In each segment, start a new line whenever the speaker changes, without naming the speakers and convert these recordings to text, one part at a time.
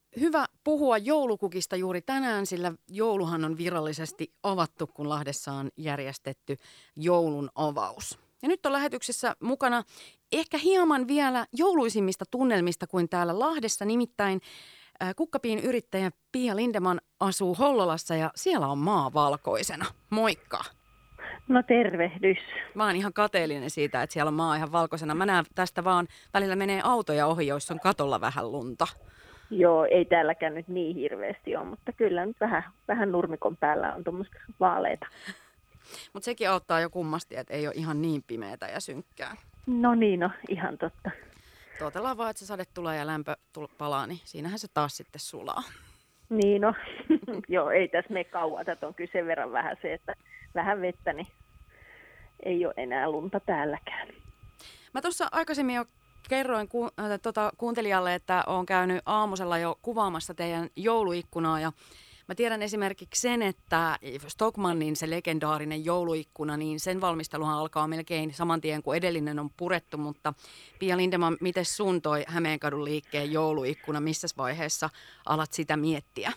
hyvä puhua joulukukista juuri tänään, sillä jouluhan on virallisesti avattu, kun Lahdessa on järjestetty joulun avaus. Ja nyt on lähetyksessä mukana ehkä hieman vielä jouluisimmista tunnelmista kuin täällä Lahdessa, nimittäin kukkapiin yrittäjä Pia Lindeman asuu Hollolassa ja siellä on maa valkoisena. Moikka!
No tervehdys.
Mä oon ihan kateellinen siitä, että siellä on maa ihan valkoisena. Mä näen tästä vaan, välillä menee autoja ohi, joissa on katolla vähän lunta.
Joo, ei täälläkään nyt niin hirveästi ole, mutta kyllä nyt vähän nurmikon päällä on tuommoista vaaleita.
Mutta sekin auttaa jo kummasti, että ei ole ihan niin pimeätä ja synkkää.
No niin, no ihan totta.
Tuotellaan vaan, että se sade tulee ja lämpö palaa, niin siinähän se taas sitten sulaa.
Niin no, joo, ei tässä mene kauan. Tätä on kyllä sen verran vähän se, että vähän vettä, niin ei ole enää lunta täälläkään.
Mä tuossa aikaisemmin jo kerroin kuuntelijalle, että olen käynyt aamusella jo kuvaamassa teidän jouluikkunaa ja mä tiedän esimerkiksi sen, että Stockmannin se legendaarinen jouluikkuna, niin sen valmisteluhan alkaa melkein saman tien kuin edellinen on purettu, mutta Pia Lindeman, miten sun toi Hämeenkadun liikkeen jouluikkuna, missä vaiheessa alat sitä miettiä?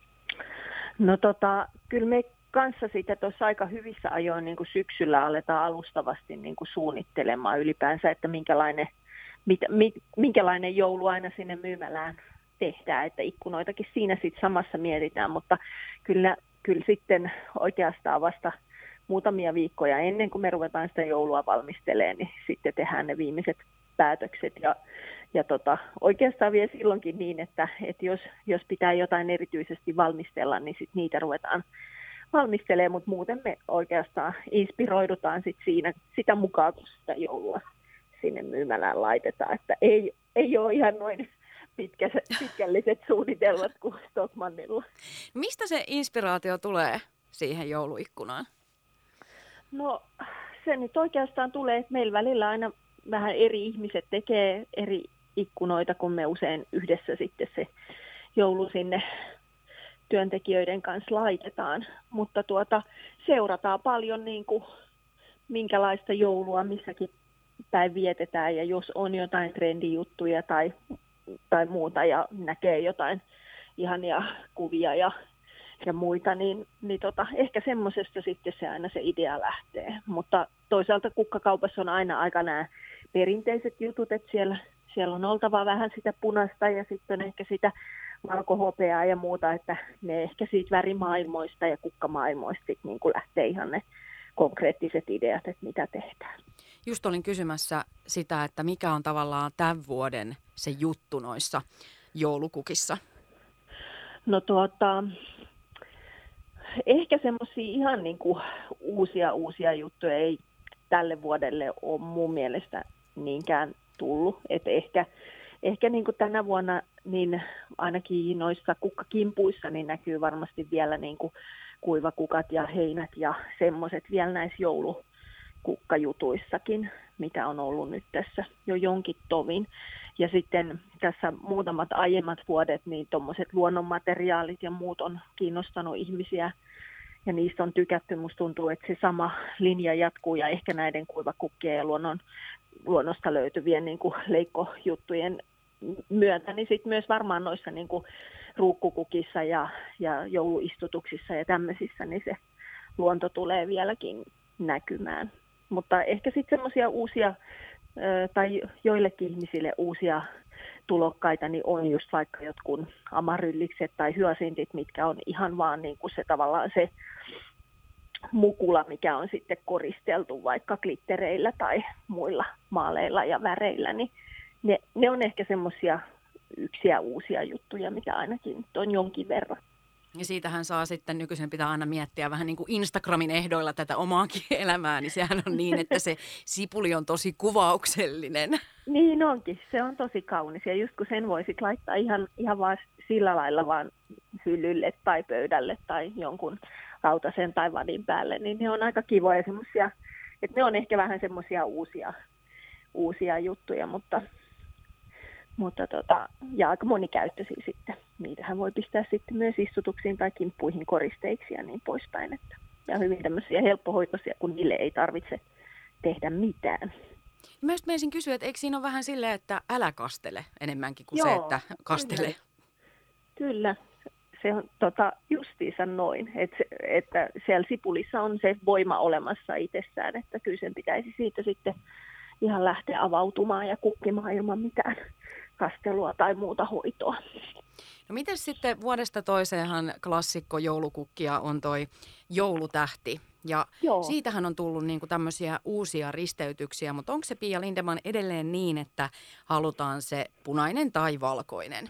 No kyllä me kanssa sitä tuossa aika hyvissä ajoin niin kuin syksyllä aletaan alustavasti niin kuin suunnittelemaan ylipäänsä, että minkälainen joulu aina sinne myymälään tehdään, että ikkunoitakin siinä sitten samassa mietitään, mutta kyllä sitten oikeastaan vasta muutamia viikkoja ennen kuin me ruvetaan sitä joulua valmistelemaan, niin sitten tehdään ne viimeiset päätökset ja oikeastaan vielä silloinkin niin, että jos pitää jotain erityisesti valmistella, niin sitten niitä ruvetaan valmistelemaan, mutta muuten me oikeastaan inspiroidutaan sit siinä sitä mukaan, kun sitä joulua sinne myymälään laitetaan, että ei ole ihan noin pitkälliset suunnitelmat kuin Stockmannilla.
Mistä se inspiraatio tulee siihen jouluikkunaan?
No se nyt oikeastaan tulee, että meillä välillä aina vähän eri ihmiset tekee eri ikkunoita, kun me usein yhdessä sitten se joulu sinne työntekijöiden kanssa laitetaan, mutta seurataan paljon niin kuin minkälaista joulua missäkin päin vietetään ja jos on jotain trendijuttuja tai muuta ja näkee jotain ihania kuvia ja muita, niin ehkä semmoisesta sitten se aina se idea lähtee. Mutta toisaalta kukkakaupassa on aina aika nämä perinteiset jutut, että siellä on oltava vähän sitä punaista ja sitten on ehkä sitä valkohopeaa ja muuta, että ne ehkä siitä värimaailmoista ja kukkamaailmoista sitten niin kuin lähtee ihan ne konkreettiset ideat, että mitä tehdään.
Just olin kysymässä sitä, että mikä on tavallaan tämän vuoden se juttu noissa joulukukissa?
No ehkä semmoisia ihan niin kuin uusia juttuja ei tälle vuodelle ole mun mielestä niinkään tullut. Että ehkä niin kuin tänä vuonna niin ainakin noissa kukkakimpuissa niin näkyy varmasti vielä niin kuin kuivakukat ja heinät ja semmoiset vielä näissä joulukukkajutuissakin, mitä on ollut nyt tässä jo jonkin tovin. Ja sitten tässä muutamat aiemmat vuodet, niin tuommoiset luonnonmateriaalit ja muut on kiinnostanut ihmisiä ja niistä on tykätty. Musta tuntuu, että se sama linja jatkuu ja ehkä näiden kuivakukkien ja luonnosta löytyvien niin kuin leikkojuttujen myötä, niin sitten myös varmaan noissa niin kuin ruukkukukissa ja jouluistutuksissa ja tämmöisissä, niin se luonto tulee vieläkin näkymään. Mutta ehkä sitten semmoisia uusia tai joillekin ihmisille uusia tulokkaita, niin on just vaikka jotkut amaryllikset tai hyasintit, mitkä on ihan vaan niin kuin se tavallaan se mukula, mikä on sitten koristeltu vaikka glittereillä tai muilla maaleilla ja väreillä, niin ne on ehkä semmoisia yksiä uusia juttuja, mitä ainakin on jonkin verran.
Ja siitähän saa sitten nykyisin pitää aina miettiä vähän niin kuin Instagramin ehdoilla tätä omaakin elämää, niin sehän on niin, että se sipuli on tosi kuvauksellinen.
Niin onkin, se on tosi kaunis ja just kun sen voisit laittaa ihan vaan sillä lailla vaan hyllylle tai pöydälle tai jonkun rautasen tai vadin päälle, niin ne on aika kivoja semmoisia, että ne on ehkä vähän semmoisia uusia juttuja, mutta ja aika monikäyttöisiä sitten. Niitähän voi pistää sitten myös istutuksiin tai kimppuihin koristeiksi ja niin poispäin. Ja hyvin tämmöisiä helppohoitoisia, kun niille ei tarvitse tehdä mitään.
Mä just menisin kysyä, että eikö siinä ole vähän silleen, että älä kastele enemmänkin kuin se, että kastele?
Kyllä, se on justiinsa noin, että siellä sipulissa on se voima olemassa itsessään, että kyllä sen pitäisi siitä sitten ihan lähteä avautumaan ja kukkimaan ilman mitään kastelua tai muuta hoitoa.
No miten sitten vuodesta toiseenhan klassikko joulukukkia on toi joulutähti. Ja
Joo.
siitähän on tullut niinku tämmöisiä uusia risteytyksiä, mutta onko se Pia Lindeman edelleen niin, että halutaan se punainen tai valkoinen?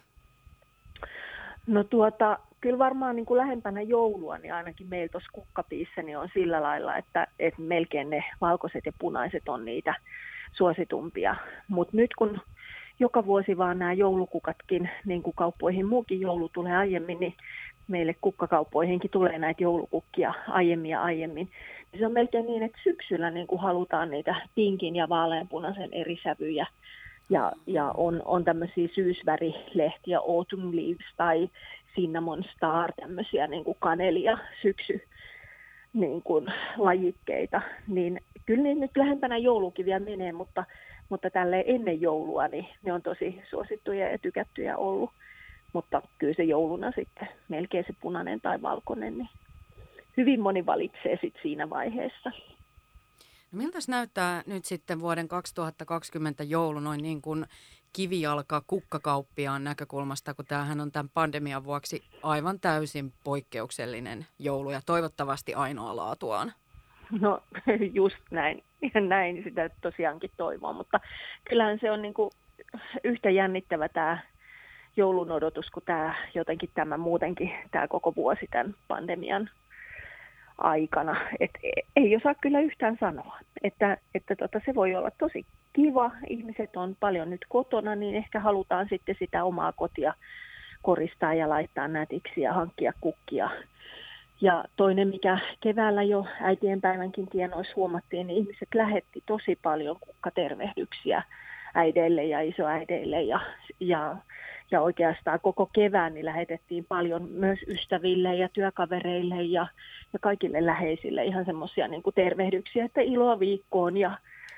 No kyllä varmaan niin kuin lähempänä joulua, niin ainakin meillä tuossa kukkapiissä niin on sillä lailla, että melkein ne valkoiset ja punaiset on niitä suositumpia. Mutta nyt kun joka vuosi vaan nämä joulukukatkin, niin kuin kauppoihin muukin joulu tulee aiemmin, niin meille kukkakauppoihinkin tulee näitä joulukukkia aiemmin ja aiemmin. Se on melkein niin, että syksyllä niin kuin halutaan niitä pinkin ja vaaleanpunaisen eri sävyjä. Ja on tämmöisiä syysvärilehtiä, autumn leaves tai cinnamon star, tämmöisiä niin kuin kaneli- ja syksy niin kuin lajikkeita. Niin kyllä niin nyt lähempänä joulukin vielä menee, mutta tälleen ennen joulua niin ne on tosi suosittuja ja tykättyjä ollut. Mutta kyllä se jouluna sitten melkein se punainen tai valkoinen, niin hyvin moni valitsee sitten siinä vaiheessa.
No miltäs näyttää nyt sitten vuoden 2020 joulu noin niin kuin kivijalka kukkakauppiaan näkökulmasta, kun tämähän on tämän pandemian vuoksi aivan täysin poikkeuksellinen joulu ja toivottavasti ainoa laatuaan?
No just näin. Näin sitä tosiaankin toivoo, mutta kyllähän se on niin kuin yhtä jännittävä tämä joulun odotus kuin tämä muutenkin tämä koko vuosi tämän pandemian aikana. Ei osaa kyllä yhtään sanoa, että se voi olla tosi kiva. Ihmiset on paljon nyt kotona, niin ehkä halutaan sitten sitä omaa kotia koristaa ja laittaa nätiksi ja hankkia kukkia. Ja toinen, mikä keväällä jo äitienpäivänkin tienoissa huomattiin, niin ihmiset lähetti tosi paljon kukkatervehdyksiä äideille ja isoäideille ja oikeastaan koko kevään niin lähetettiin paljon myös ystäville ja työkavereille ja kaikille läheisille ihan semmoisia niin kuin tervehdyksiä, että iloa viikkoon ja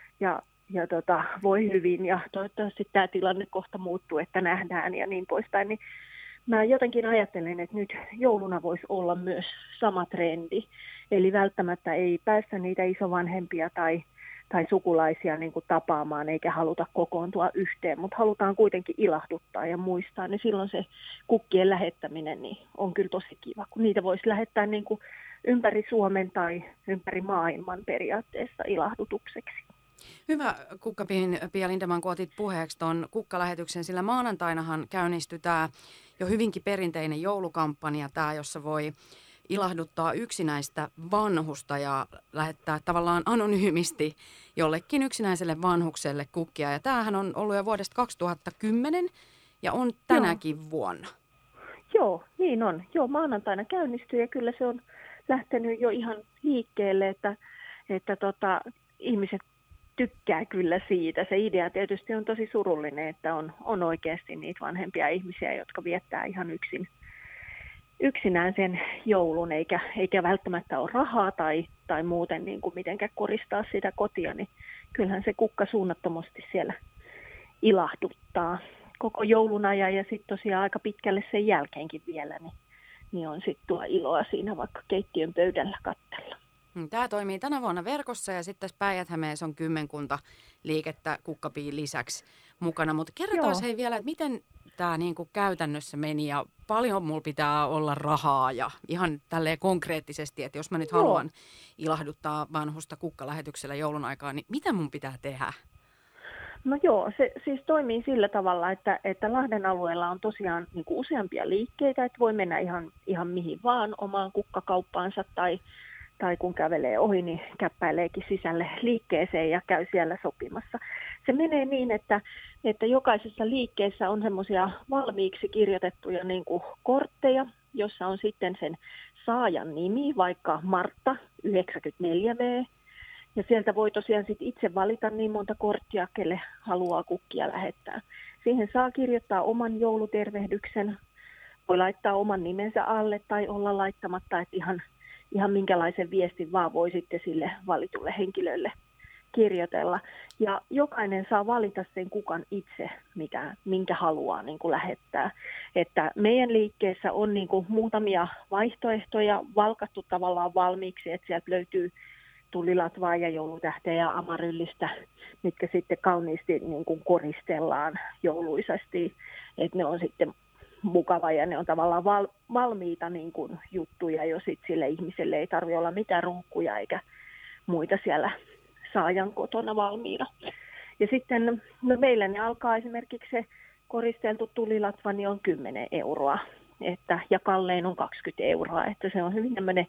voi hyvin ja toivottavasti tämä tilanne kohta muuttuu, että nähdään ja niin poispäin. Niin mä jotenkin ajattelen, että nyt jouluna voisi olla myös sama trendi, eli välttämättä ei päästä niitä isovanhempia tai sukulaisia niin kuin tapaamaan eikä haluta kokoontua yhteen, mutta halutaan kuitenkin ilahduttaa ja muistaa, niin silloin se kukkien lähettäminen niin on kyllä tosi kiva, kun niitä voisi lähettää niin kuin ympäri Suomen tai ympäri maailman periaatteessa ilahdutukseksi.
Hyvä Pia Lindeman, kun otit puheeksi tuon kukkalähetyksen, sillä maanantainahan käynnistyy tämä jo hyvinkin perinteinen joulukampanja, tämä, jossa voi ilahduttaa yksinäistä vanhusta ja lähettää tavallaan anonyymisti jollekin yksinäiselle vanhukselle kukkia. Ja tämähän on ollut jo vuodesta 2010 ja on tänäkin vuonna.
Joo, niin on. Joo, maanantaina käynnistyy ja kyllä se on lähtenyt jo ihan liikkeelle, että ihmiset tykkää kyllä siitä. Se idea tietysti on tosi surullinen, että on oikeasti niitä vanhempia ihmisiä, jotka viettää ihan yksinään sen joulun, eikä välttämättä ole rahaa tai muuten niin kuin mitenkään koristaa sitä kotia, niin kyllähän se kukka suunnattomasti siellä ilahduttaa koko joulun ajan ja sitten tosiaan aika pitkälle sen jälkeenkin vielä, niin on sitten tuo iloa siinä vaikka keittiön pöydällä katsella.
Tämä toimii tänä vuonna verkossa ja sitten tässä Päijät-Hämeessä on kymmenkunta liikettä Kukkapiin lisäksi mukana. Mutta kerrotaan hei vielä, että miten tämä niinku käytännössä meni ja paljon mulla pitää olla rahaa ja ihan tälleen konkreettisesti, että jos mä nyt haluan ilahduttaa vanhusta kukkalähetyksellä joulun aikaan, niin mitä mun pitää tehdä?
No joo, se siis toimii sillä tavalla, että Lahden alueella on tosiaan niin kuin useampia liikkeitä, että voi mennä ihan mihin vaan omaan kukkakauppaansa tai kun kävelee ohi, niin käppäileekin sisälle liikkeeseen ja käy siellä sopimassa. Se menee niin, että jokaisessa liikkeessä on semmoisia valmiiksi kirjoitettuja niin kuin kortteja, jossa on sitten sen saajan nimi, vaikka Martta 94V. Ja sieltä voi tosiaan sit itse valita niin monta korttia, kelle haluaa kukkia lähettää. Siihen saa kirjoittaa oman joulutervehdyksen, voi laittaa oman nimensä alle tai olla laittamatta, että ihan minkälaisen viestin vaan voi sitten sille valitulle henkilölle kirjoitella. Ja jokainen saa valita sen kukan itse, minkä haluaa niin kuin lähettää. Että meidän liikkeessä on niin kuin muutamia vaihtoehtoja valkattu tavallaan valmiiksi, että sieltä löytyy tulilatvaa ja joulutähteä ja amaryllistä, mitkä sitten kauniisti niin kuin koristellaan jouluisasti, että ne on sitten mukava ja ne on tavallaan valmiita niin kuin juttuja jo sit sille ihmiselle, ei tarvitse olla mitään ruukkuja eikä muita siellä saajan kotona valmiina. Ja sitten meillä ne alkaa esimerkiksi se koristeltu tulilatva, niin on 10 euroa, ja kallein on 20 euroa, että se on hyvin tämmöinen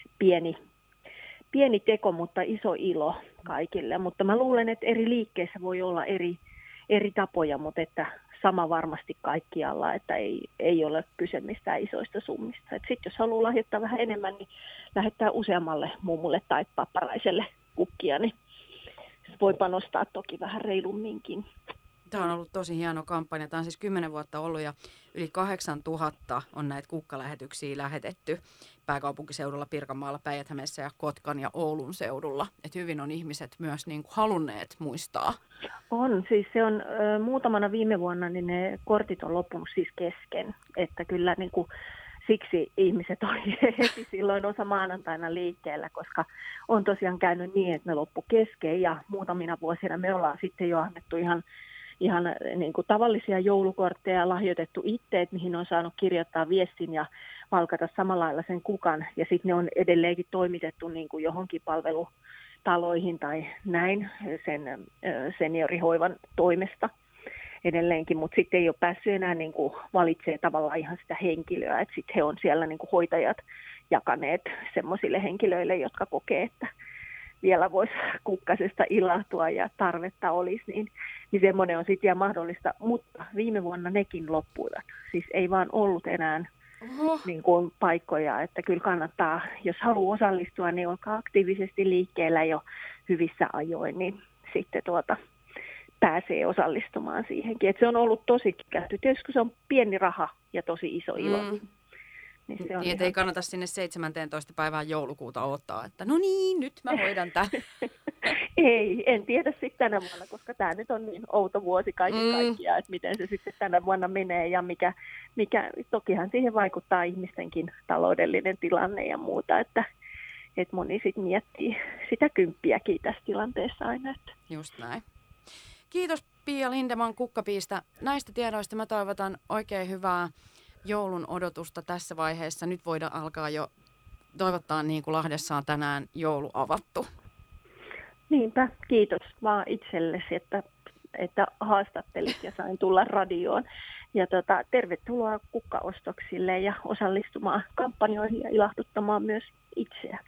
pieni teko, mutta iso ilo kaikille. Mutta mä luulen, että eri liikkeissä voi olla eri tapoja, mutta että sama varmasti kaikkialla, että ei ole kyse mistään isoista summista. Sitten jos haluaa lahjoittaa vähän enemmän, niin lähettää useammalle mummulle tai papparaiselle kukkia, niin voi panostaa toki vähän reilumminkin.
Tämä on ollut tosi hieno kampanja. Tämä on siis 10 vuotta ollut ja yli 8000 on näitä kukkalähetyksiä lähetetty pääkaupunkiseudulla, Pirkanmaalla, Päijät-Hämeessä ja Kotkan ja Oulun seudulla. Että hyvin on ihmiset myös niin kuin halunneet muistaa.
On, siis se on muutamana viime vuonna, niin ne kortit on loppunut siis kesken. Että kyllä niin kuin siksi ihmiset oli heti silloin osa maanantaina liikkeellä, koska on tosiaan käynyt niin, että ne loppu kesken ja muutamina vuosina me ollaan sitten jo annettu ihan niin kuin tavallisia joulukortteja lahjoitettu itse, mihin on saanut kirjoittaa viestin ja valkata samalla lailla sen kukan. Ja sitten ne on edelleenkin toimitettu niin kuin johonkin palvelutaloihin tai näin sen seniorihoivan toimesta edelleenkin. Mutta sitten ei ole päässyt enää niin kuin valitsemaan tavallaan ihan sitä henkilöä. Että sitten he on siellä niin kuin hoitajat jakaneet semmoisille henkilöille, jotka kokee, että vielä voisi kukkasesta ilahtua ja tarvetta olisi, niin semmoinen on sitten vielä mahdollista. Mutta viime vuonna nekin loppuivat. Siis ei vaan ollut enää niin kuin paikkoja, että kyllä kannattaa, jos haluaa osallistua, niin olkaa aktiivisesti liikkeellä jo hyvissä ajoin, niin sitten pääsee osallistumaan siihenkin. Et se on ollut tosi käyty. Tietysti se on pieni raha ja tosi iso ilo.
Niin ihan... ei kannata sinne 17. päivään joulukuuta odottaa, että no niin, nyt mä hoidan tämän.
Ei, en tiedä sitten tänä vuonna, koska tämä nyt on niin outo vuosi kaiken kaikkiaan, että miten se sitten tänä vuonna menee ja mikä tokihan siihen vaikuttaa ihmistenkin taloudellinen tilanne ja muuta, että moni sitten miettii sitä kymppiäkin tässä tilanteessa aina. Että.
Just näin. Kiitos Pia Lindeman Kukkapiistä. Näistä tiedoista mä toivotan oikein hyvää joulun odotusta tässä vaiheessa. Nyt voidaan alkaa jo toivottaa, niin kuin Lahdessa on tänään joulu avattu.
Niinpä, kiitos vaan itsellesi, että haastattelit ja sain tulla radioon. Ja tervetuloa kukkaostoksille ja osallistumaan kampanjoihin ja ilahduttamaan myös itseä.